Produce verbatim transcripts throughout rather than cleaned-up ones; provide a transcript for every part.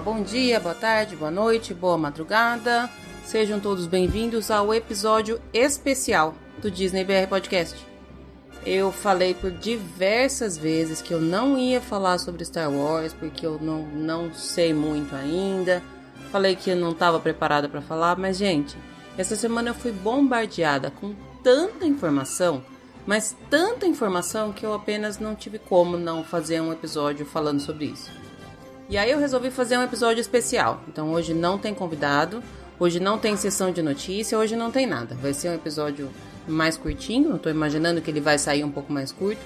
bom dia, boa tarde, boa noite, boa madrugada. Sejam todos bem-vindos ao episódio especial do Disney B R Podcast. Eu falei por diversas vezes que eu não ia falar sobre Star Wars, porque eu não, não sei muito ainda. Falei que eu não estava preparada para falar, mas gente, essa semana eu fui bombardeada com tanta informação, mas tanta informação que eu apenas não tive como não fazer um episódio falando sobre isso. E aí eu resolvi fazer um episódio especial. Então hoje não tem convidado, hoje não tem sessão de notícia, hoje não tem nada. Vai ser um episódio mais curtinho, eu tô imaginando que ele vai sair um pouco mais curto.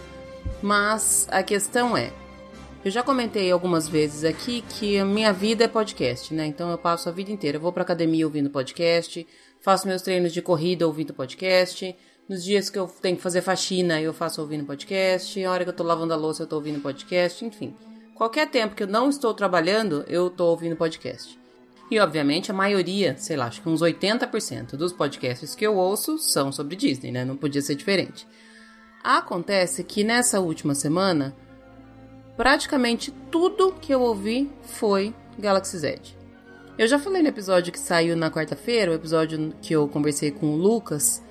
Mas a questão é, eu já comentei algumas vezes aqui que a minha vida é podcast, né? Então eu passo a vida inteira, eu vou pra academia ouvindo podcast, faço meus treinos de corrida ouvindo podcast, nos dias que eu tenho que fazer faxina eu faço ouvindo podcast, a hora que eu tô lavando a louça eu tô ouvindo podcast, enfim. Qualquer tempo que eu não estou trabalhando, eu tô ouvindo podcast. E obviamente a maioria, sei lá, acho que uns oitenta por cento dos podcasts que eu ouço são sobre Disney, né? Não podia ser diferente. Acontece que nessa última semana, praticamente tudo que eu ouvi foi Galaxy Z. Eu já falei no episódio que saiu na quarta-feira, o episódio que eu conversei com o Lucas,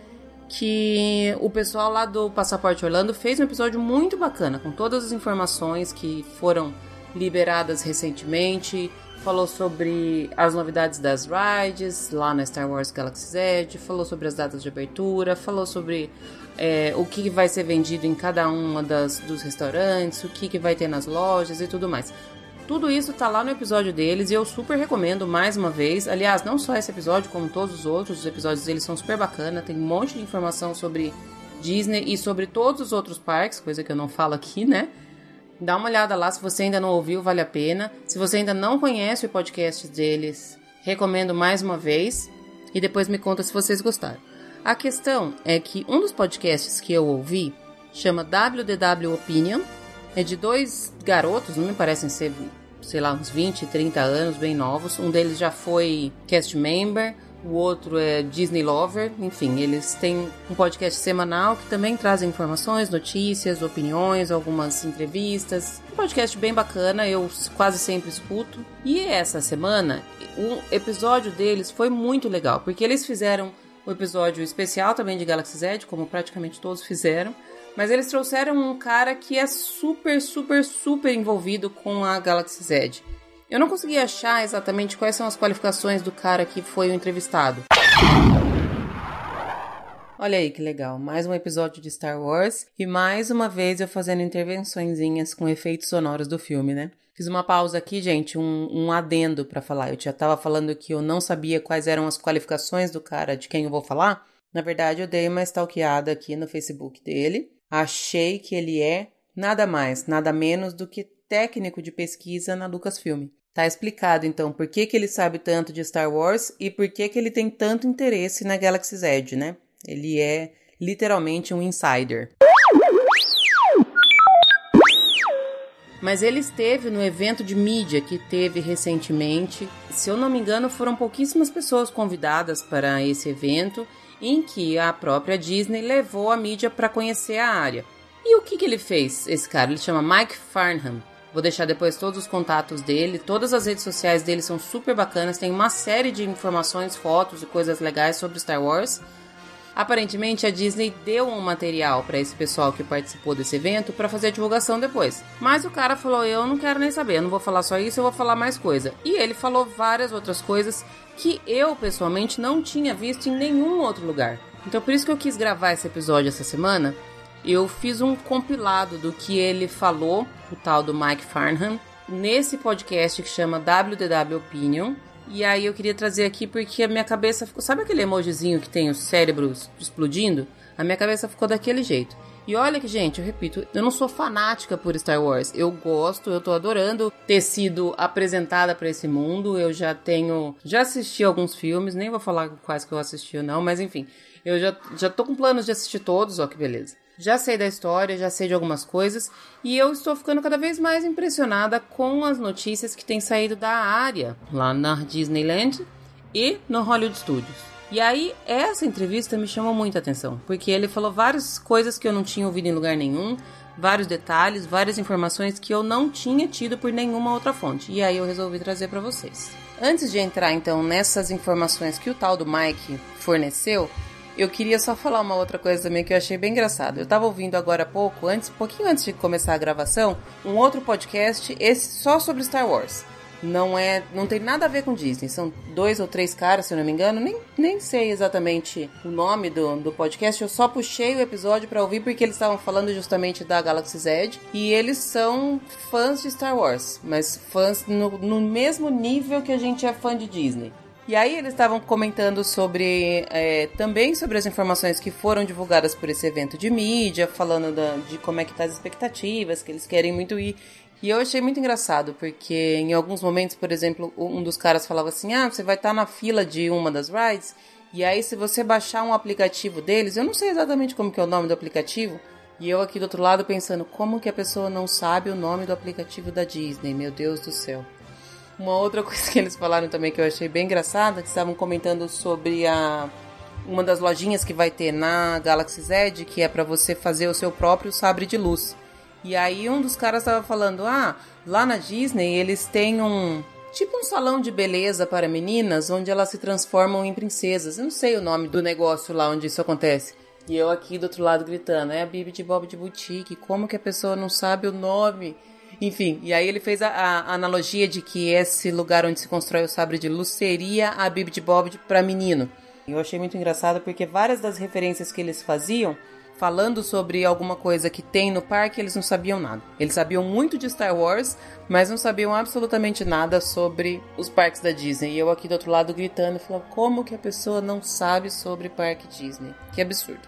que o pessoal lá do Passaporte Orlando fez um episódio muito bacana, com todas as informações que foram liberadas recentemente, falou sobre as novidades das rides lá na Star Wars Galaxy Z, falou sobre as datas de abertura, falou sobre é, o que vai ser vendido em cada uma das, dos restaurantes, o que, que vai ter nas lojas e tudo mais. Tudo isso tá lá no episódio deles e eu super recomendo mais uma vez. Aliás, não só esse episódio, como todos os outros, os episódios deles são super bacanas, tem um monte de informação sobre Disney e sobre todos os outros parques, coisa que eu não falo aqui, né? Dá uma olhada lá, se você ainda não ouviu, vale a pena. Se você ainda não conhece o podcast deles, recomendo mais uma vez. E depois me conta se vocês gostaram. A questão é que um dos podcasts que eu ouvi chama W D W Opinion. É de dois garotos, não me parecem ser, sei lá, uns vinte, trinta anos, bem novos. Um deles já foi cast member, o outro é Disney Lover. Enfim, eles têm um podcast semanal que também traz informações, notícias, opiniões, algumas entrevistas. Um podcast bem bacana, eu quase sempre escuto. E essa semana, o episódio deles foi muito legal, porque eles fizeram um episódio especial também de Galaxy Z, como praticamente todos fizeram. Mas eles trouxeram um cara que é super, super, super envolvido com a Galaxy Z. Eu não consegui achar exatamente quais são as qualificações do cara que foi o entrevistado. Olha aí que legal, mais um episódio de Star Wars e mais uma vez eu fazendo intervençõezinhas com efeitos sonoros do filme, né? Fiz uma pausa aqui, gente, um, um adendo pra falar. Eu já tava falando que eu não sabia quais eram as qualificações do cara de quem eu vou falar. Na verdade, eu dei uma stalkeada aqui no Facebook dele. Achei que ele é nada mais, nada menos do que técnico de pesquisa na Lucasfilm. Tá explicado, então, por que que ele sabe tanto de Star Wars e por que que ele tem tanto interesse na Galaxy Z, né? Ele é literalmente um insider. Mas ele esteve no evento de mídia que teve recentemente. Se eu não me engano, foram pouquíssimas pessoas convidadas para esse evento, em que a própria Disney levou a mídia para conhecer a área. E o que que ele fez, esse cara? Ele chama Mike Farnham. Vou deixar depois todos os contatos dele, todas as redes sociais dele são super bacanas, tem uma série de informações, fotos e coisas legais sobre Star Wars. Aparentemente a Disney deu um material para esse pessoal que participou desse evento para fazer a divulgação depois. Mas o cara falou, eu não quero nem saber, eu não vou falar só isso, eu vou falar mais coisa. E ele falou várias outras coisas que eu, pessoalmente, não tinha visto em nenhum outro lugar. Então, por isso que eu quis gravar esse episódio essa semana. Eu fiz um compilado do que ele falou, o tal do Mike Farnham, nesse podcast que chama W D W Opinion. E aí eu queria trazer aqui porque a minha cabeça ficou... Sabe aquele emojizinho que tem os cérebros explodindo? A minha cabeça ficou daquele jeito. E olha que, gente, eu repito, eu não sou fanática por Star Wars. Eu gosto, eu tô adorando ter sido apresentada pra esse mundo. Eu já tenho... Já assisti alguns filmes, nem vou falar quais que eu assisti ou não, mas enfim. Eu já, já tô com planos de assistir todos, ó que beleza. Já sei da história, já sei de algumas coisas. E eu estou ficando cada vez mais impressionada com as notícias que têm saído da área lá na Disneyland e no Hollywood Studios. E aí, essa entrevista me chamou muita atenção, porque ele falou várias coisas que eu não tinha ouvido em lugar nenhum, vários detalhes, várias informações que eu não tinha tido por nenhuma outra fonte. E aí eu resolvi trazer para vocês. Antes de entrar então nessas informações que o tal do Mike forneceu, eu queria só falar uma outra coisa também que eu achei bem engraçado. Eu tava ouvindo agora há pouco, antes, um pouquinho antes de começar a gravação, um outro podcast, esse só sobre Star Wars. Não é, não tem nada a ver com Disney. São dois ou três caras, se eu não me engano. Nem, nem sei exatamente o nome do, do podcast. Eu só puxei o episódio pra ouvir porque eles estavam falando justamente da Galaxy's Edge. E eles são fãs de Star Wars, mas fãs no, no mesmo nível que a gente é fã de Disney. E aí eles estavam comentando sobre, é, também sobre as informações que foram divulgadas por esse evento de mídia, falando da, de como é que tá as expectativas, que eles querem muito ir. E eu achei muito engraçado, porque em alguns momentos, por exemplo, um dos caras falava assim, ah, você vai estar na fila de uma das rides, e aí se você baixar um aplicativo deles, eu não sei exatamente como que é o nome do aplicativo, e eu aqui do outro lado pensando, como que a pessoa não sabe o nome do aplicativo da Disney, meu Deus do céu. Uma outra coisa que eles falaram também que eu achei bem engraçada, que estavam comentando sobre a, uma das lojinhas que vai ter na Galaxy's Edge, que é para você fazer o seu próprio sabre de luz. E aí um dos caras estava falando, ah, lá na Disney eles têm um, tipo um salão de beleza para meninas, onde elas se transformam em princesas. Eu não sei o nome do negócio lá onde isso acontece. E eu aqui do outro lado gritando, é a Bibi de Bob de Boutique, como que a pessoa não sabe o nome? Enfim, e aí ele fez a, a analogia de que esse lugar onde se constrói o sabre de luz seria a Bibi de Bob para menino. Eu achei muito engraçado porque várias das referências que eles faziam, falando sobre alguma coisa que tem no parque, eles não sabiam nada. Eles sabiam muito de Star Wars, mas não sabiam absolutamente nada sobre os parques da Disney. E eu aqui do outro lado gritando, falando, como que a pessoa não sabe sobre parque Disney? Que absurdo.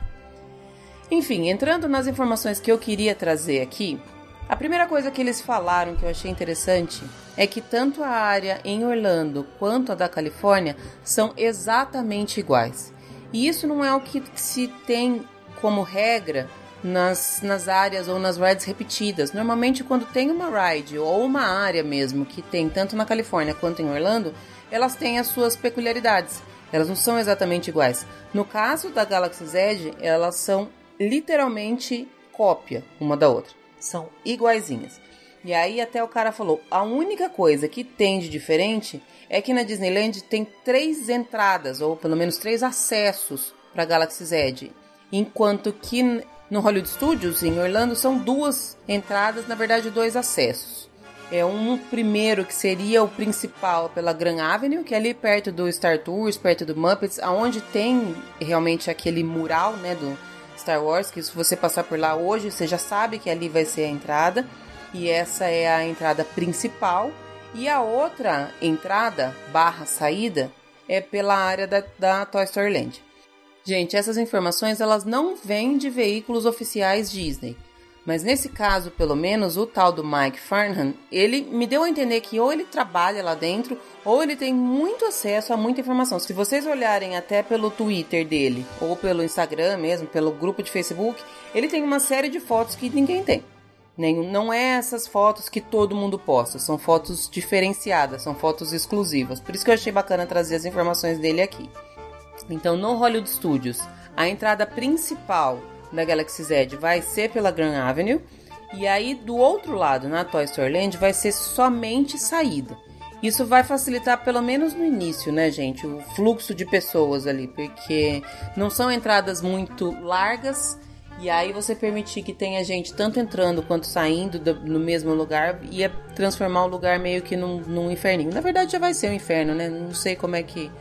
Enfim, entrando nas informações que eu queria trazer aqui, a primeira coisa que eles falaram que eu achei interessante é que tanto a área em Orlando quanto a da Califórnia são exatamente iguais. E isso não é o que se tem como regra nas, nas áreas ou nas rides repetidas. Normalmente quando tem uma ride ou uma área mesmo que tem tanto na Califórnia quanto em Orlando, elas têm as suas peculiaridades. Elas não são exatamente iguais. No caso da Galaxy's Edge, elas são literalmente cópia uma da outra. São iguaizinhas. E aí até o cara falou, a única coisa que tem de diferente é que na Disneyland tem três entradas, ou pelo menos três acessos para Galaxy's Edge. Enquanto que no Hollywood Studios, em Orlando, são duas entradas, na verdade dois acessos. É um primeiro que seria o principal pela Grand Avenue, que é ali perto do Star Tours, perto do Muppets, onde tem realmente aquele mural, né, do Star Wars, que se você passar por lá hoje, você já sabe que ali vai ser a entrada. E essa é a entrada principal. E a outra entrada, barra saída, é pela área da, da Toy Story Land. Gente, essas informações elas não vêm de veículos oficiais Disney. Mas nesse caso, pelo menos, o tal do Mike Farnham, ele me deu a entender que ou ele trabalha lá dentro, ou ele tem muito acesso a muita informação. Se vocês olharem até pelo Twitter dele, ou pelo Instagram mesmo, pelo grupo de Facebook, ele tem uma série de fotos que ninguém tem. Não é essas fotos que todo mundo posta, são fotos diferenciadas, são fotos exclusivas. Por isso que eu achei bacana trazer as informações dele aqui. Então, no Hollywood Studios, a entrada principal da Galaxy's Edge vai ser pela Grand Avenue, e aí do outro lado, na Toy Story Land, vai ser somente saída. Isso vai facilitar, pelo menos no início, né, gente, o fluxo de pessoas ali, porque não são entradas muito largas, e aí você permitir que tenha gente tanto entrando quanto saindo do, no mesmo lugar, ia transformar o lugar meio que num, num inferninho. Na verdade já vai ser um inferno, né, não sei como é que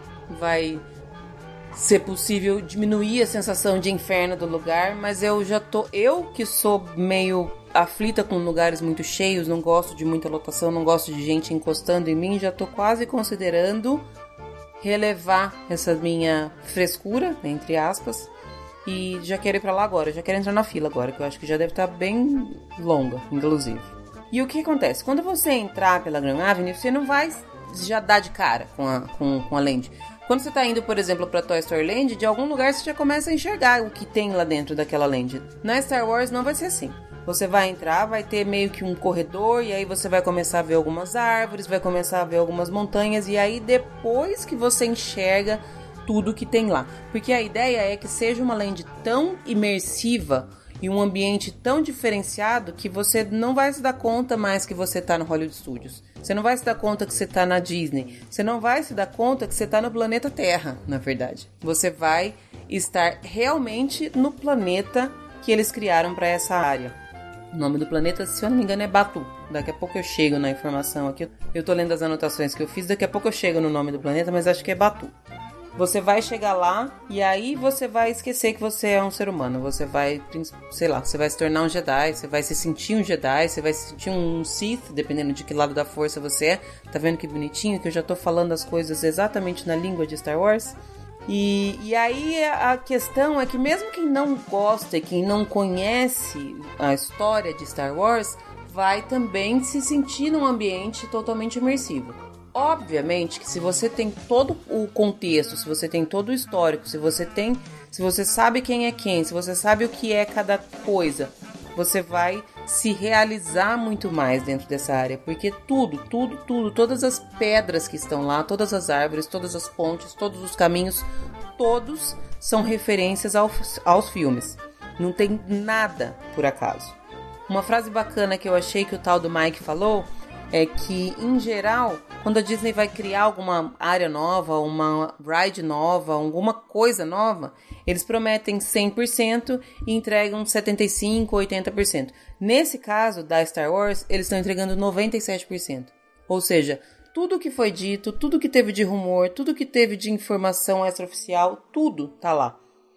vai ser possível diminuir a sensação de inferno do lugar, mas eu já tô, eu que sou meio aflita com lugares muito cheios, não gosto de muita lotação, não gosto de gente encostando em mim, já tô quase considerando relevar essa minha frescura, entre aspas, e já quero ir pra lá agora, já quero entrar na fila agora, que eu acho que já deve estar bem longa, inclusive. E o que acontece? Quando você entrar pela Grand Avenue, você não vai já dar de cara com a, com, com a Land. Quando você tá indo, por exemplo, pra Toy Story Land, de algum lugar você já começa a enxergar o que tem lá dentro daquela Land. Na Star Wars não vai ser assim. Você vai entrar, vai ter meio que um corredor, e aí você vai começar a ver algumas árvores, vai começar a ver algumas montanhas, e aí depois que você enxerga tudo que tem lá. Porque a ideia é que seja uma land tão imersiva e um ambiente tão diferenciado que você não vai se dar conta mais que você tá no Hollywood Studios. Você não vai se dar conta que você tá na Disney. Você não vai se dar conta que você tá no planeta Terra, na verdade. Você vai estar realmente no planeta que eles criaram para essa área. O nome do planeta, se eu não me engano, é Batuu. Daqui a pouco eu chego na informação aqui. Eu tô lendo as anotações que eu fiz, daqui a pouco eu chego no nome do planeta, mas acho que é Batuu. Você vai chegar lá e aí você vai esquecer que você é um ser humano. Você vai, sei lá, você vai se tornar um Jedi, você vai se sentir um Jedi, você vai se sentir um Sith, dependendo de que lado da força você é. Tá vendo que bonitinho que eu já tô falando as coisas exatamente na língua de Star Wars? E, e aí a questão é que mesmo quem não gosta e quem não conhece a história de Star Wars vai também se sentir num ambiente totalmente imersivo. Obviamente que se você tem todo o contexto, se você tem todo o histórico, se você tem, se você sabe quem é quem, se você sabe o que é cada coisa, você vai se realizar muito mais dentro dessa área, porque tudo, tudo, tudo, todas as pedras que estão lá, todas as árvores, todas as pontes, todos os caminhos, todos são referências aos, aos filmes. Não tem nada por acaso. Uma frase bacana que eu achei que o tal do Mike falou é que, em geral, quando a Disney vai criar alguma área nova, uma ride nova, alguma coisa nova, eles prometem cem por cento e entregam setenta e cinco por cento, oitenta por cento. Nesse caso, da Star Wars, eles estão entregando noventa e sete por cento. Ou seja, tudo que foi dito, tudo que teve de rumor, tudo que teve de informação extraoficial, tudo tá lá.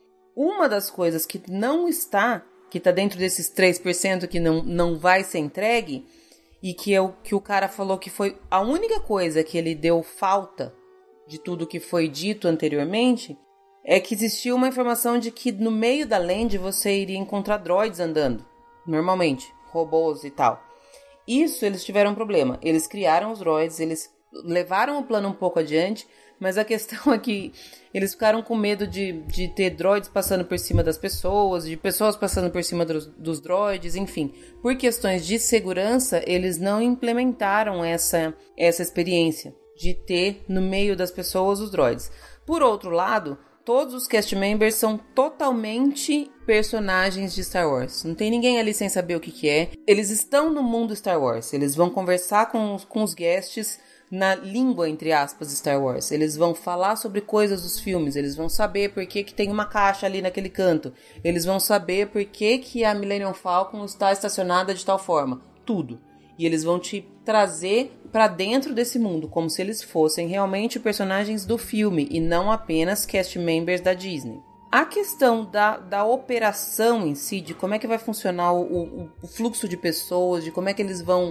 Uma das coisas que não está, que tá dentro desses três por cento que não, não vai ser entregue, e que, é o, que o cara falou que foi a única coisa que ele deu falta de tudo que foi dito anteriormente, é que existia uma informação de que no meio da land você iria encontrar droids andando, normalmente, robôs e tal. Isso eles tiveram um problema. Eles criaram os droids, eles levaram o plano um pouco adiante, mas a questão é que eles ficaram com medo de, de ter droids passando por cima das pessoas, de pessoas passando por cima dos, dos droids, enfim. Por questões de segurança, eles não implementaram essa, essa experiência de ter no meio das pessoas os droids. Por outro lado, todos os cast members são totalmente personagens de Star Wars. Não tem ninguém ali sem saber o que, que é. Eles estão no mundo Star Wars. Eles vão conversar com, com os guests na língua, entre aspas, de Star Wars. Eles vão falar sobre coisas dos filmes. Eles vão saber por que, que tem uma caixa ali naquele canto. Eles vão saber por que, que a Millennium Falcon está estacionada de tal forma. Tudo. E eles vão te trazer para dentro desse mundo, como se eles fossem realmente personagens do filme e não apenas cast members da Disney. A questão da, da operação em si, de como é que vai funcionar o, o, o fluxo de pessoas, de como é que eles vão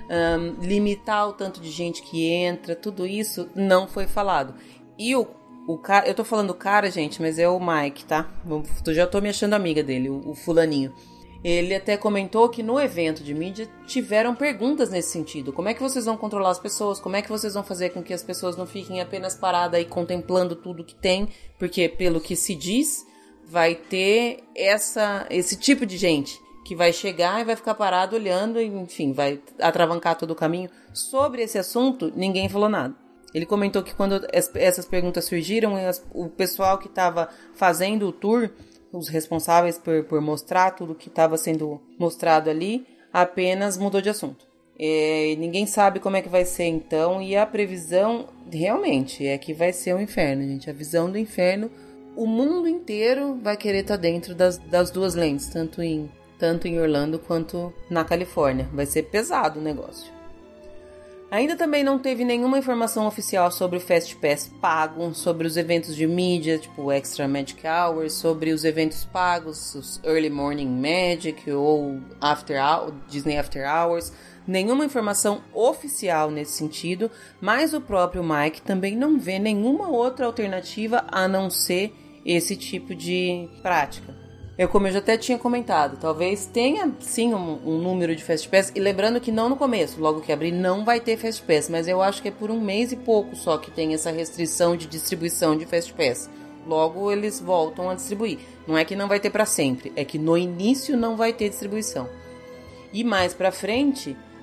um, limitar o tanto de gente que entra, tudo isso não foi falado. E o, o cara, eu tô falando cara, gente, mas é o Mike, tá? Eu já tô me achando amiga dele, o, o fulaninho. Ele até comentou que no evento de mídia tiveram perguntas nesse sentido. Como é que vocês vão controlar as pessoas? Como é que vocês vão fazer com que as pessoas não fiquem apenas paradas e contemplando tudo que tem? Porque, pelo que se diz, vai ter essa, esse tipo de gente que vai chegar e vai ficar parado olhando e, enfim, vai atravancar todo o caminho. Sobre esse assunto, ninguém falou nada. Ele comentou que quando essas perguntas surgiram, o pessoal que estava fazendo o tour, os responsáveis por, por mostrar tudo que estava sendo mostrado ali, apenas mudou de assunto. É, ninguém sabe como é que vai ser então, e a previsão realmente é que vai ser um inferno, gente. A visão do inferno, o mundo inteiro vai querer estar tá dentro das, das duas lentes, tanto em, tanto em Orlando quanto na Califórnia. Vai ser pesado o negócio. Ainda também não teve nenhuma informação oficial sobre o Fast Pass pago, sobre os eventos de mídia, tipo Extra Magic Hours, sobre os eventos pagos, os Early Morning Magic ou After Hour, Disney After Hours. Nenhuma informação oficial nesse sentido, mas o próprio Mike também não vê nenhuma outra alternativa a não ser esse tipo de prática. Eu, como eu já até tinha comentado, talvez tenha sim um, um número de Fast Pass, e lembrando que não no começo, logo que abrir não vai ter Fast Pass, mas eu acho que é por um mês e pouco só que tem essa restrição de distribuição de Fast Pass. Logo eles voltam a distribuir. Não é que não vai ter para sempre, é que no início não vai ter distribuição. E mais pra frente,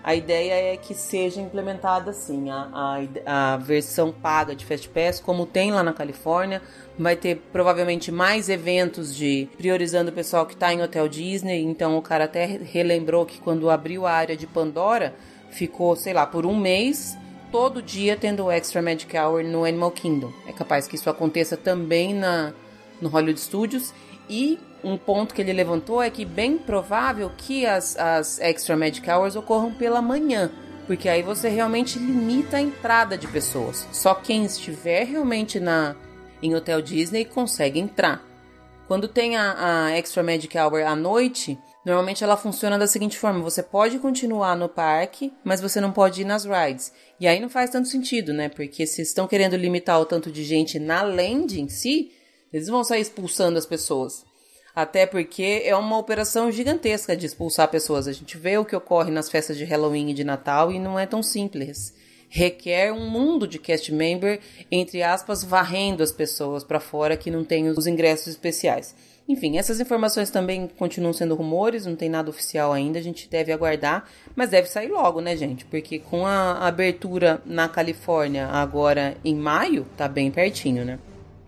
A ideia é que seja implementada assim, a, a, a versão paga de FastPass, como tem lá na Califórnia. Vai ter provavelmente mais eventos de priorizando o pessoal que está em Hotel Disney. Então o cara até relembrou que quando abriu a área de Pandora, ficou, sei lá, por um mês, todo dia tendo o Extra Magic Hour no Animal Kingdom. É capaz que isso aconteça também na, no Hollywood Studios. E um ponto que ele levantou é que bem provável que as, as Extra Magic Hours ocorram pela manhã, porque aí você realmente limita a entrada de pessoas. Só quem estiver realmente na, em Hotel Disney consegue entrar. Quando tem a, a Extra Magic Hour à noite, normalmente ela funciona da seguinte forma: você pode continuar no parque, mas você não pode ir nas rides. E aí não faz tanto sentido, né? Porque se estão querendo limitar o tanto de gente na land em si, eles vão sair expulsando as pessoas. Até porque é uma operação gigantesca de expulsar pessoas. A gente vê o que ocorre nas festas de Halloween e de Natal e não é tão simples. Requer um mundo de cast member, entre aspas, varrendo as pessoas para fora que não tem os ingressos especiais. Enfim, essas informações também continuam sendo rumores, não tem nada oficial ainda, a gente deve aguardar, mas deve sair logo, né, gente? Porque com a abertura na Califórnia agora em maio, tá bem pertinho, né?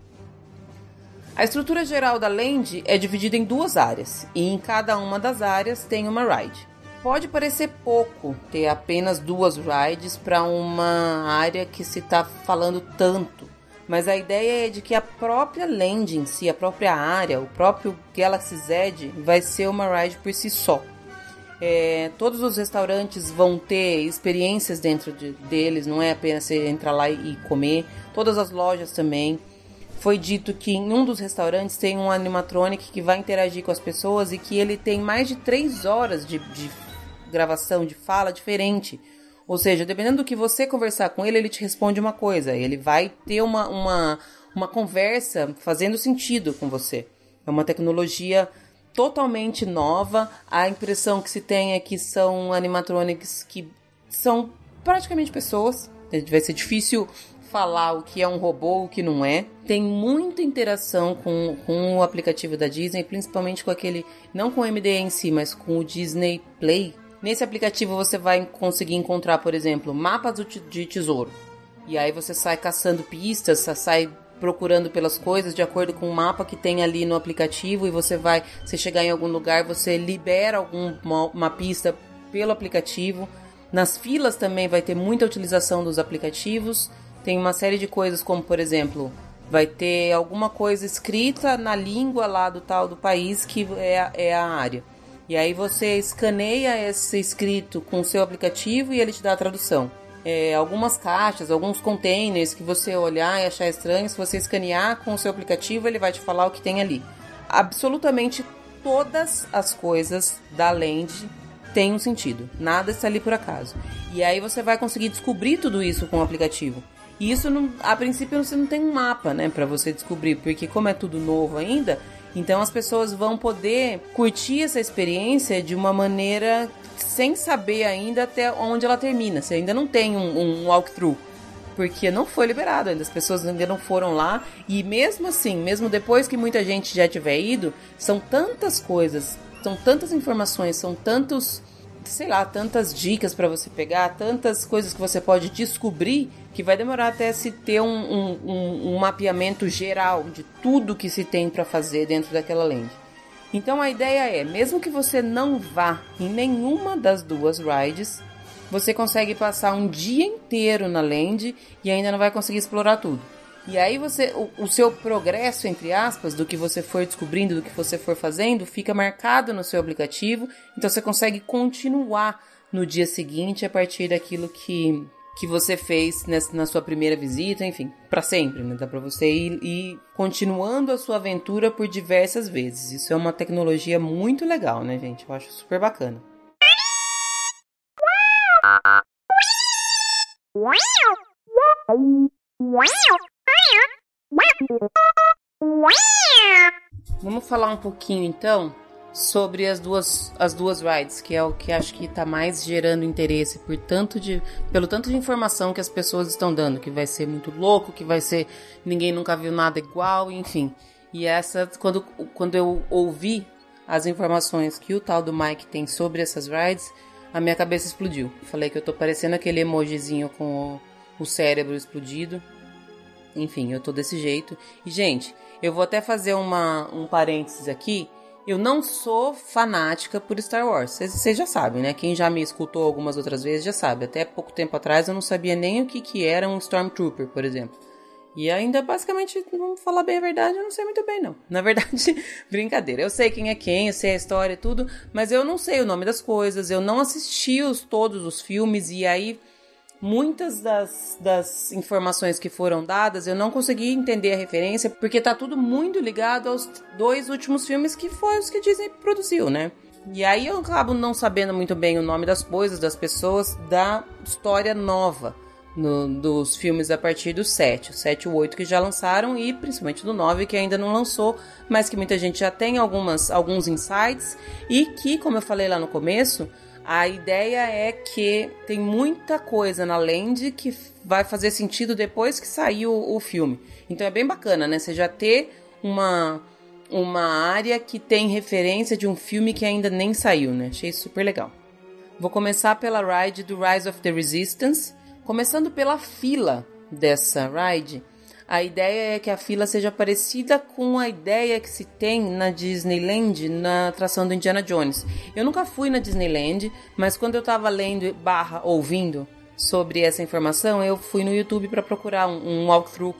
A estrutura geral da land é dividida em duas áreas, e em cada uma das áreas tem uma ride. Pode parecer pouco ter apenas duas rides para uma área que se está falando tanto, mas a ideia é de que a própria land em si, a própria área, o próprio Galaxy Z vai ser uma ride por si só. É, todos os restaurantes vão ter experiências dentro de, deles, não é apenas você entrar lá e comer, todas as lojas também. Foi dito que em um dos restaurantes tem um animatronic que vai interagir com as pessoas e que ele tem mais de três horas de, de gravação, de fala diferente. Ou seja, dependendo do que você conversar com ele, ele te responde uma coisa. Ele vai ter uma, uma, uma conversa fazendo sentido com você. É uma tecnologia totalmente nova. A impressão que se tem é que são animatronics que são praticamente pessoas. Vai ser difícil falar o que é um robô, o que não é. Tem muita interação com, com o aplicativo da Disney, principalmente com aquele, não com o M D em si, mas com o Disney Play. Nesse aplicativo você vai conseguir encontrar, por exemplo, mapas de tesouro. E aí você sai caçando pistas, sai procurando pelas coisas de acordo com o mapa que tem ali no aplicativo, e você vai, se chegar em algum lugar, você libera alguma uma pista pelo aplicativo. Nas filas também vai ter muita utilização dos aplicativos. Tem uma série de coisas como, por exemplo, vai ter alguma coisa escrita na língua lá do tal do país que é, é a área. E aí você escaneia esse escrito com o seu aplicativo e ele te dá a tradução. É, algumas caixas, alguns containers que você olhar e achar estranho, se você escanear com o seu aplicativo, ele vai te falar o que tem ali. Absolutamente todas as coisas da land têm um sentido. Nada está ali por acaso. E aí você vai conseguir descobrir tudo isso com o aplicativo. E isso, não, a princípio, você não tem um mapa, né, para você descobrir, porque como é tudo novo ainda, então as pessoas vão poder curtir essa experiência de uma maneira sem saber ainda até onde ela termina. Você ainda não tem um, um walkthrough, porque não foi liberado ainda, as pessoas ainda não foram lá. E mesmo assim, mesmo depois que muita gente já tiver ido, são tantas coisas, são tantas informações, são tantos, sei lá, tantas dicas para você pegar, tantas coisas que você pode descobrir, que vai demorar até se ter um, um, um, um mapeamento geral de tudo que se tem para fazer dentro daquela land. Então a ideia é, mesmo que você não vá em nenhuma das duas rides, você consegue passar um dia inteiro na land e ainda não vai conseguir explorar tudo. E aí você, o, o seu progresso, entre aspas, do que você for descobrindo, do que você for fazendo, fica marcado no seu aplicativo, então você consegue continuar no dia seguinte a partir daquilo que, que você fez nessa, na sua primeira visita, enfim, para sempre, né? Dá para você ir, ir continuando a sua aventura por diversas vezes. Isso é uma tecnologia muito legal, né, gente? Eu acho super bacana. Vamos falar um pouquinho então sobre as duas, as duas rides, que é o que acho que está mais gerando interesse por tanto de, pelo tanto de informação que as pessoas estão dando, que vai ser muito louco, que vai ser ninguém nunca viu nada igual, enfim. E essa, quando, quando eu ouvi as informações que o tal do Mike tem sobre essas rides, a minha cabeça explodiu. Falei que eu tô parecendo aquele emojizinho com o, o cérebro explodido. Enfim, eu tô desse jeito. E, gente, eu vou até fazer uma, um parênteses aqui. Eu não sou fanática por Star Wars. Vocês já sabem, né? Quem já me escutou algumas outras vezes já sabe. Até pouco tempo atrás eu não sabia nem o que, que era um Stormtrooper, por exemplo. E ainda, basicamente, vamos falar bem a verdade, eu não sei muito bem, não. Na verdade, brincadeira. Eu sei quem é quem, eu sei a história e tudo, mas eu não sei o nome das coisas, eu não assisti os, todos os filmes, e aí muitas das, das informações que foram dadas eu não consegui entender a referência, porque tá tudo muito ligado aos dois últimos filmes que foi os que a Disney produziu, né? E aí eu acabo não sabendo muito bem o nome das coisas, das pessoas, da história nova. No, dos filmes a partir do sete, o sete e o oito que já lançaram, e principalmente do nove que ainda não lançou, mas que muita gente já tem algumas, alguns insights, e que, como eu falei lá no começo, a ideia é que tem muita coisa na Land que vai fazer sentido depois que sair o, o filme. Então é bem bacana, né? Você já ter uma, uma área que tem referência de um filme que ainda nem saiu, né? Achei super legal. Vou começar pela ride do Rise of the Resistance. Começando pela fila dessa ride, a ideia é que a fila seja parecida com a ideia que se tem na Disneyland, na atração do Indiana Jones. Eu nunca fui na Disneyland, mas quando eu estava lendo barra ouvindo sobre essa informação, eu fui no YouTube para procurar um, um walkthrough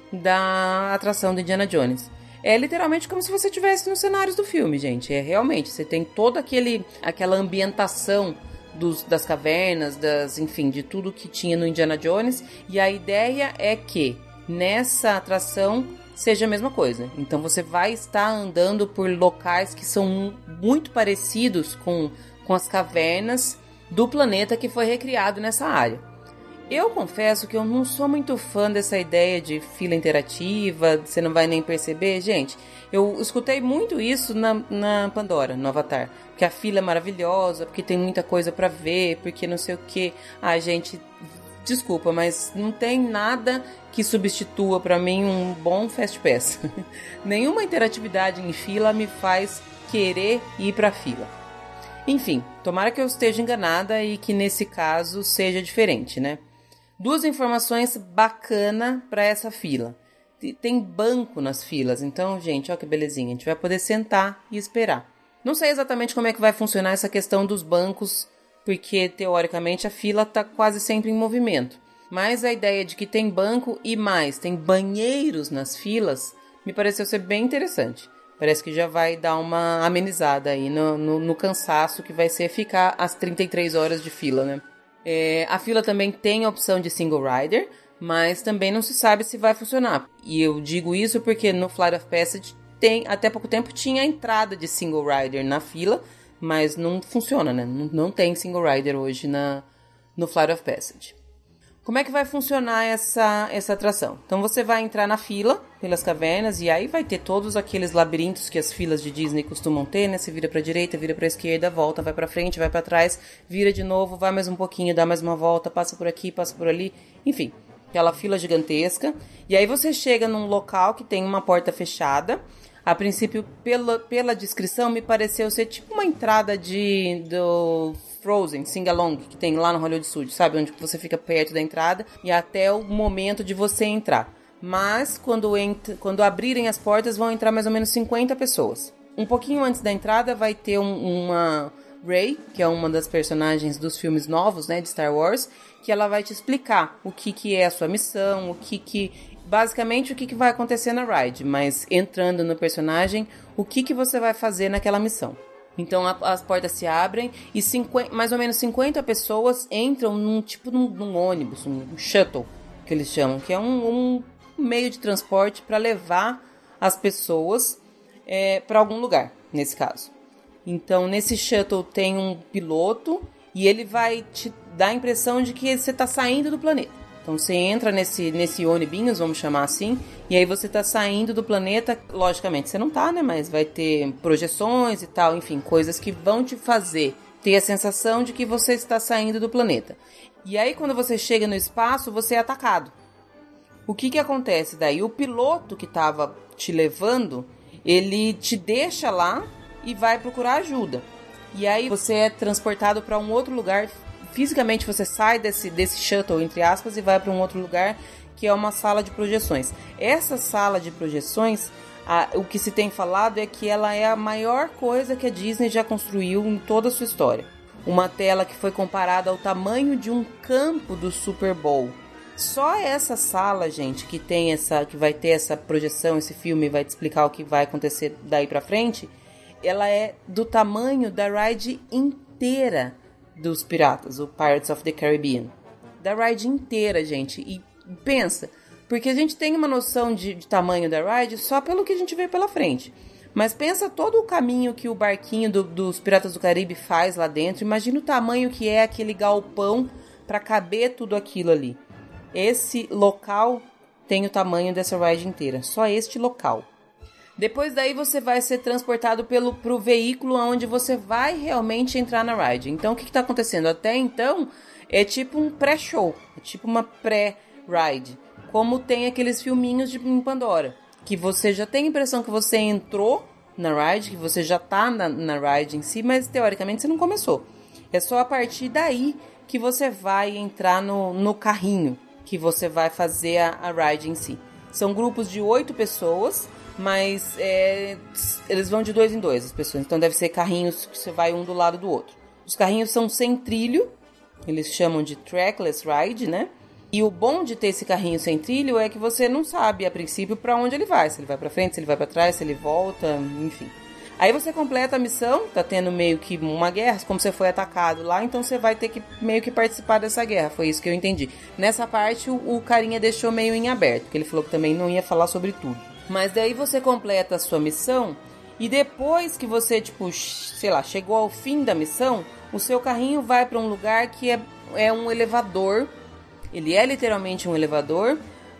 da atração do Indiana Jones. É literalmente como se você estivesse nos cenários do filme, gente. É realmente, você tem toda aquele, aquela ambientação Dos, das cavernas, das, enfim, de tudo que tinha no Indiana Jones, e a ideia é que nessa atração seja a mesma coisa. Então você vai estar andando por locais que são muito parecidos com, com as cavernas do planeta que foi recriado nessa área. Eu confesso que eu não sou muito fã dessa ideia de fila interativa, você não vai nem perceber. Gente, eu escutei muito isso na, na Pandora, no Avatar. Porque a fila é maravilhosa, porque tem muita coisa pra ver, porque não sei o que. Ah, gente, desculpa, mas não tem nada que substitua pra mim um bom Fast Pass. Nenhuma interatividade em fila me faz querer ir pra fila. Enfim, tomara que eu esteja enganada e que nesse caso seja diferente, né? Duas informações bacanas para essa fila. Tem banco nas filas, então, gente, olha que belezinha. A gente vai poder sentar e esperar. Não sei exatamente como é que vai funcionar essa questão dos bancos, porque, teoricamente, a fila está quase sempre em movimento. Mas a ideia de que tem banco e mais, tem banheiros nas filas, me pareceu ser bem interessante. Parece que já vai dar uma amenizada aí no, no, no cansaço que vai ser ficar as trinta e três horas de fila, né? É, a fila também tem a opção de single rider, mas também não se sabe se vai funcionar. E eu digo isso porque no Flight of Passage tem, até pouco tempo tinha a entrada de single rider na fila, mas não funciona, né? Não, não tem single rider hoje na, no Flight of Passage. Como é que vai funcionar essa, essa atração? Então você vai entrar na fila pelas cavernas e aí vai ter todos aqueles labirintos que as filas de Disney costumam ter, né? Você vira pra direita, vira pra esquerda, volta, vai pra frente, vai pra trás, vira de novo, vai mais um pouquinho, dá mais uma volta, passa por aqui, passa por ali, enfim, aquela fila gigantesca. E aí você chega num local que tem uma porta fechada. A princípio, pela, pela descrição, me pareceu ser tipo uma entrada de do Frozen, Sing-Along, que tem lá no Hollywood Studios, sabe? Onde você fica perto da entrada e até o momento de você entrar. Mas, quando, ent- quando abrirem as portas, vão entrar mais ou menos cinquenta pessoas. Um pouquinho antes da entrada vai ter um, uma Rey, que é uma das personagens dos filmes novos, né, de Star Wars, que ela vai te explicar o que, que é a sua missão, o que que... basicamente o que, que vai acontecer na ride, mas entrando no personagem, o que, que você vai fazer naquela missão. Então a, as portas se abrem e cinquenta, mais ou menos cinquenta pessoas entram num tipo num, num ônibus, um, um shuttle, que eles chamam, que é um, um meio de transporte para levar as pessoas é, para algum lugar, nesse caso. Então nesse shuttle tem um piloto e ele vai te dar a impressão de que você está saindo do planeta. Então você entra nesse, nesse ônibus, vamos chamar assim, e aí você tá saindo do planeta, logicamente você não tá, né, mas vai ter projeções e tal, enfim, coisas que vão te fazer ter a sensação de que você está saindo do planeta. E aí quando você chega no espaço, você é atacado. O que que acontece daí? O piloto que tava te levando, ele te deixa lá e vai procurar ajuda. E aí você é transportado para um outro lugar. Fisicamente você sai desse, desse shuttle, entre aspas, e vai para um outro lugar, que é uma sala de projeções. Essa sala de projeções, a, o que se tem falado é que ela é a maior coisa que a Disney já construiu em toda a sua história. Uma tela que foi comparada ao tamanho de um campo do Super Bowl. Só essa sala, gente, que tem essa, que vai ter essa projeção, esse filme vai te explicar o que vai acontecer daí pra frente, ela é do tamanho da ride inteira dos Piratas, o Pirates of the Caribbean. Da ride inteira, gente. E pensa, porque a gente tem uma noção de, de tamanho da ride só pelo que a gente vê pela frente. Mas pensa todo o caminho que o barquinho do, dos Piratas do Caribe faz lá dentro. Imagina o tamanho que é aquele galpão para caber tudo aquilo ali. Esse local tem o tamanho dessa ride inteira. Só este local. Depois daí você vai ser transportado pelo, pro veículo onde você vai realmente entrar na ride. Então o que está acontecendo? Até então é tipo um pré-show. É tipo uma pré-ride. Como tem aqueles filminhos de em Pandora. Que você já tem a impressão que você entrou na ride. Que você já tá na, na ride em si. Mas teoricamente você não começou. É só a partir daí que você vai entrar no, no carrinho. Que você vai fazer a, a ride em si. São grupos de oito pessoas, mas é, eles vão de dois em dois, as pessoas. Então deve ser carrinhos que você vai um do lado do outro. Os carrinhos são sem trilho, eles chamam de trackless ride, né? E o bom de ter esse carrinho sem trilho é que você não sabe, a princípio, para onde ele vai. Se ele vai para frente, se ele vai para trás, se ele volta, enfim. Aí você completa a missão, tá tendo meio que uma guerra, como você foi atacado lá, então você vai ter que meio que participar dessa guerra, foi isso que eu entendi. Nessa parte o, o carinha deixou meio em aberto, porque ele falou que também não ia falar sobre tudo. Mas daí você completa a sua missão e depois que você, tipo, sei lá, chegou ao fim da missão, o seu carrinho vai para um lugar que é, é um elevador, ele é literalmente um elevador,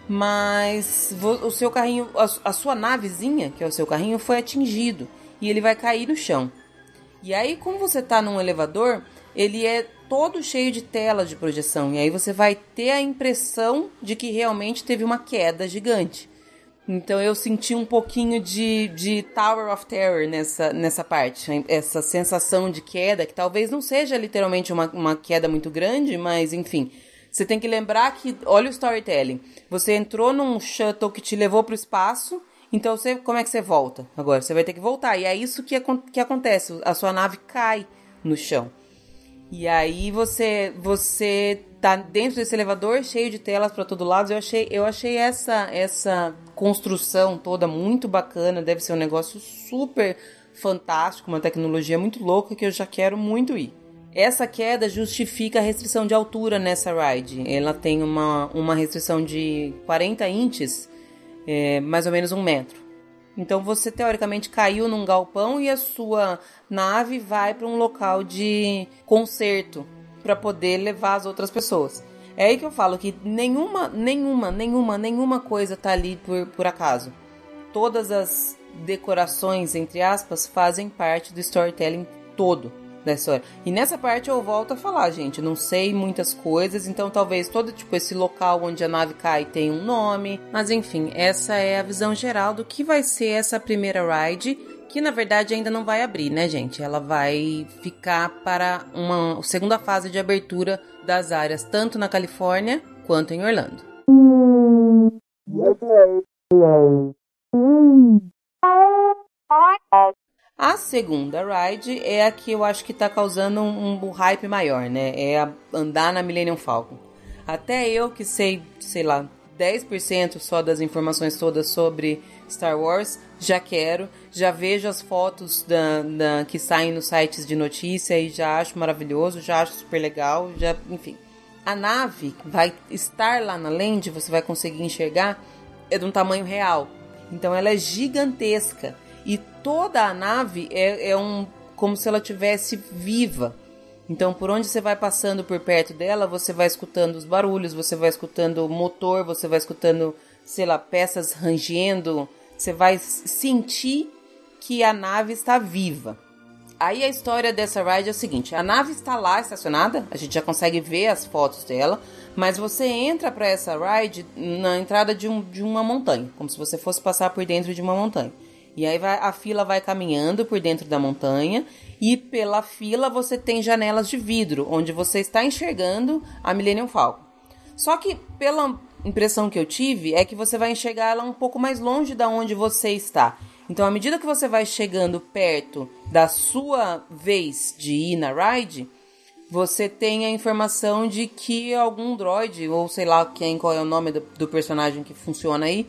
mas o seu carrinho, a, a sua navezinha, que é o seu carrinho, foi atingido. E ele vai cair no chão. E aí, como você tá num elevador, ele é todo cheio de telas de projeção. E aí você vai ter a impressão de que realmente teve uma queda gigante. Então eu senti um pouquinho de, de Tower of Terror nessa, nessa parte. Essa sensação de queda, que talvez não seja literalmente uma, uma queda muito grande, mas enfim. Você tem que lembrar que, olha o storytelling. Você entrou num shuttle que te levou pro espaço. Então, você, como é que você volta? Agora, você vai ter que voltar. E é isso que, que acontece. A sua nave cai no chão. E aí, você, você tá dentro desse elevador, cheio de telas para todo lado. Eu achei, eu achei essa, essa construção toda muito bacana. Deve ser um negócio super fantástico, uma tecnologia muito louca que eu já quero muito ir. Essa queda justifica a restrição de altura nessa ride. Ela tem uma, uma restrição de quarenta inches. É, mais ou menos um metro. Então você teoricamente caiu num galpão e a sua nave vai para um local de concerto para poder levar as outras pessoas. É aí que eu falo que nenhuma, nenhuma, nenhuma, nenhuma coisa tá ali por, por acaso. Todas as decorações, entre aspas, fazem parte do storytelling todo da história. E nessa parte eu volto a falar, gente, não sei muitas coisas, então talvez todo tipo esse local onde a nave cai tenha um nome, mas enfim, essa é a visão geral do que vai ser essa primeira ride, que na verdade ainda não vai abrir, né, gente? Ela vai ficar para uma segunda fase de abertura das áreas, tanto na Califórnia quanto em Orlando. A segunda ride é a que eu acho que tá causando um, um hype maior, né? É a andar na Millennium Falcon. Até eu que sei, sei lá, dez por cento só das informações todas sobre Star Wars, já quero. Já vejo as fotos da, da, que saem nos sites de notícia e já acho maravilhoso, já acho super legal, já, enfim. A nave vai estar lá na Land, você vai conseguir enxergar, é de um tamanho real. Então ela é gigantesca. E toda a nave é, é um, como se ela tivesse viva. Então, por onde você vai passando por perto dela, você vai escutando os barulhos, você vai escutando o motor, você vai escutando, sei lá, peças rangendo. Você vai sentir que a nave está viva. Aí a história dessa ride é o seguinte: a nave está lá estacionada, a gente já consegue ver as fotos dela, mas você entra para essa ride na entrada de, um, de uma montanha, como se você fosse passar por dentro de uma montanha. E aí vai, a fila vai caminhando por dentro da montanha e pela fila você tem janelas de vidro, onde você está enxergando a Millennium Falcon. Só que pela impressão que eu tive é que você vai enxergar ela um pouco mais longe da onde você está. Então, à medida que você vai chegando perto da sua vez de ir na ride, você tem a informação de que algum droid, ou sei lá quem, qual é o nome do, do personagem que funciona aí,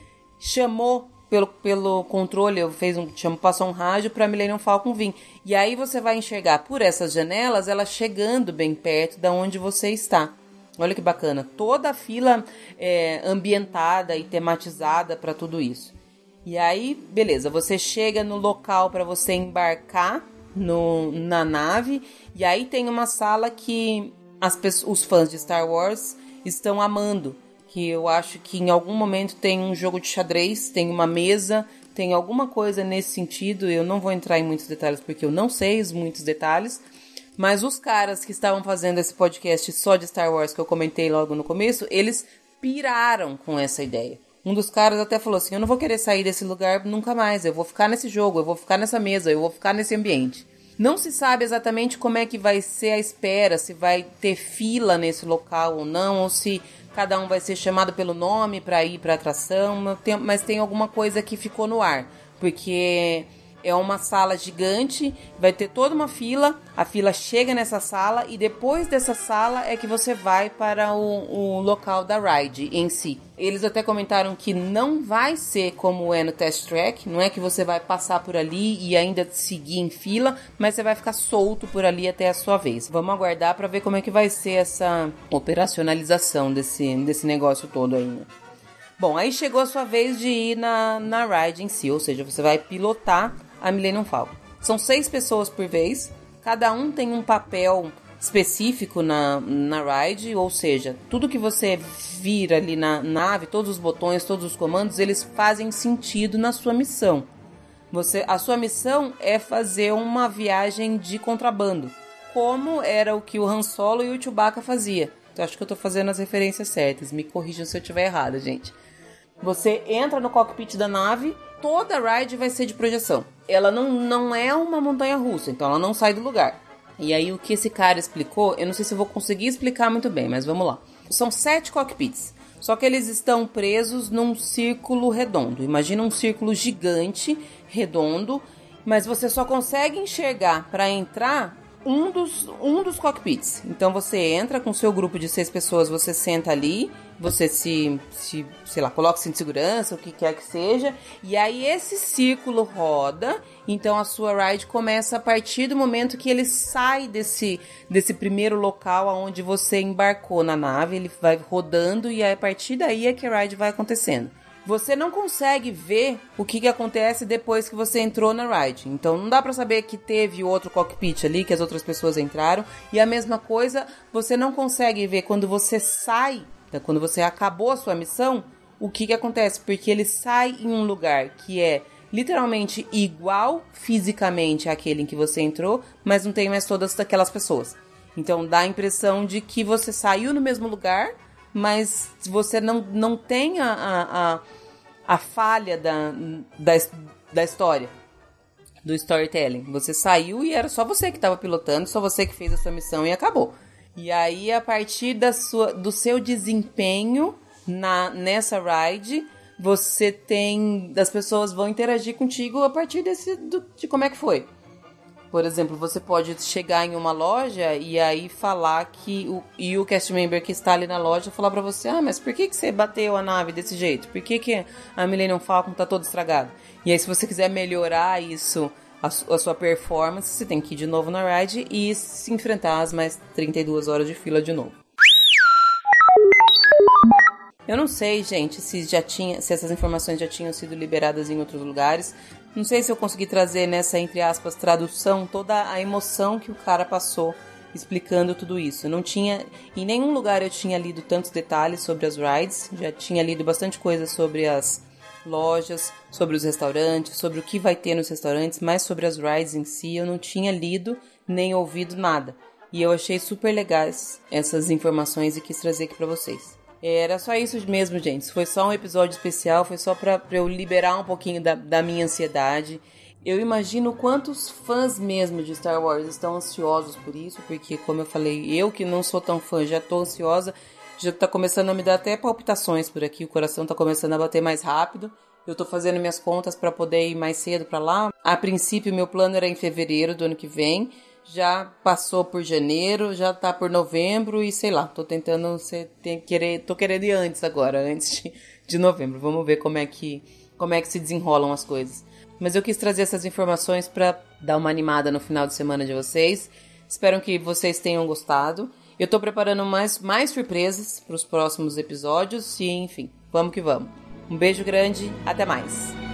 chamou pelo, pelo controle, fez um, chamou, passou um rádio para a Millennium Falcon vir. E aí você vai enxergar por essas janelas ela chegando bem perto da onde você está. Olha que bacana, toda a fila é, ambientada e tematizada para tudo isso. E aí, beleza, você chega no local para você embarcar no, na nave, e aí tem uma sala que as, os fãs de Star Wars estão amando, que eu acho que em algum momento tem um jogo de xadrez, tem uma mesa, tem alguma coisa nesse sentido. Eu não vou entrar em muitos detalhes porque eu não sei os muitos detalhes, mas os caras que estavam fazendo esse podcast só de Star Wars, que eu comentei logo no começo, eles piraram com essa ideia. Um dos caras até falou assim, eu não vou querer sair desse lugar nunca mais, eu vou ficar nesse jogo, eu vou ficar nessa mesa, eu vou ficar nesse ambiente. Não se sabe exatamente como é que vai ser a espera, se vai ter fila nesse local ou não, ou se cada um vai ser chamado pelo nome para ir para a atração, mas tem alguma coisa que ficou no ar, porque é uma sala gigante, vai ter toda uma fila, a fila chega nessa sala e depois dessa sala é que você vai para o, o local da ride em si. Eles até comentaram que não vai ser como é no Test Track, não é que você vai passar por ali e ainda seguir em fila, mas você vai ficar solto por ali até a sua vez. Vamos aguardar para ver como é que vai ser essa operacionalização desse, desse negócio todo aí, né? Bom, aí chegou a sua vez de ir na, na ride em si, ou seja, você vai pilotar a Millennium Falcon. São seis pessoas por vez, cada um tem um papel específico na, na ride, ou seja, tudo que você vira ali na nave, todos os botões, todos os comandos, eles fazem sentido na sua missão. Você, a sua missão é fazer uma viagem de contrabando, como era o que o Han Solo e o Chewbacca faziam. Então, acho que eu tô fazendo as referências certas, me corrijam se eu estiver errada, gente. Você entra no cockpit da nave, toda a ride vai ser de projeção. Ela não, não é uma montanha-russa, então ela não sai do lugar. E aí o que esse cara explicou, eu não sei se eu vou conseguir explicar muito bem, mas vamos lá. São sete cockpits, só que eles estão presos num círculo redondo. Imagina um círculo gigante, redondo, mas você só consegue enxergar para entrar um dos, um dos cockpits. Então você entra com seu grupo de seis pessoas, você senta ali, você se, se sei lá, coloca cinto de segurança, o que quer que seja, e aí esse círculo roda, então a sua ride começa a partir do momento que ele sai desse, desse primeiro local onde você embarcou na nave, ele vai rodando e aí, a partir daí é que a ride vai acontecendo. Você não consegue ver o que, que acontece depois que você entrou na ride. Então não dá pra saber que teve outro cockpit ali, que as outras pessoas entraram. E a mesma coisa, você não consegue ver quando você sai, quando você acabou a sua missão, o que, que acontece. Porque ele sai em um lugar que é literalmente igual fisicamente àquele em que você entrou, mas não tem mais todas aquelas pessoas. Então dá a impressão de que você saiu no mesmo lugar, mas você não, não tem a, a, a falha da, da, da história, do storytelling. Você saiu e era só você que estava pilotando, só você que fez a sua missão e acabou. E aí, a partir da sua, do seu desempenho na, nessa ride, você tem... as pessoas vão interagir contigo a partir desse, do, de como é que foi. Por exemplo, você pode chegar em uma loja e aí falar que... O, e o cast member que está ali na loja falar pra você, ah, mas por que, que você bateu a nave desse jeito? Por que, que a Millennium Falcon tá toda estragada? E aí, se você quiser melhorar isso, a, a sua performance, você tem que ir de novo na ride e se enfrentar às mais trinta e duas horas de fila de novo. Eu não sei, gente, se, já tinha, se essas informações já tinham sido liberadas em outros lugares. Não sei se eu consegui trazer nessa, entre aspas, tradução, toda a emoção que o cara passou explicando tudo isso. Eu não tinha, em nenhum lugar eu tinha lido tantos detalhes sobre as rides, já tinha lido bastante coisa sobre as lojas, sobre os restaurantes, sobre o que vai ter nos restaurantes, mas sobre as rides em si eu não tinha lido nem ouvido nada. E eu achei super legais essas informações e quis trazer aqui pra vocês. Era só isso mesmo, gente. Foi só um episódio especial, foi só pra, pra eu liberar um pouquinho da, da minha ansiedade. Eu imagino quantos fãs mesmo de Star Wars estão ansiosos por isso, porque, como eu falei, eu que não sou tão fã, já tô ansiosa, já tá começando a me dar até palpitações por aqui, o coração tá começando a bater mais rápido. Eu tô fazendo minhas contas pra poder ir mais cedo pra lá. A princípio, meu plano era em fevereiro do ano que vem, já passou por janeiro, já tá por novembro e sei lá, tô tentando ser, tem, querer, tô querendo ir antes agora, antes de, de novembro. Vamos ver como é que, como é que se desenrolam as coisas. Mas eu quis trazer essas informações para dar uma animada no final de semana de vocês. Espero que vocês tenham gostado. Eu tô preparando mais, mais surpresas para os próximos episódios e, enfim, vamos que vamos. Um beijo grande, até mais!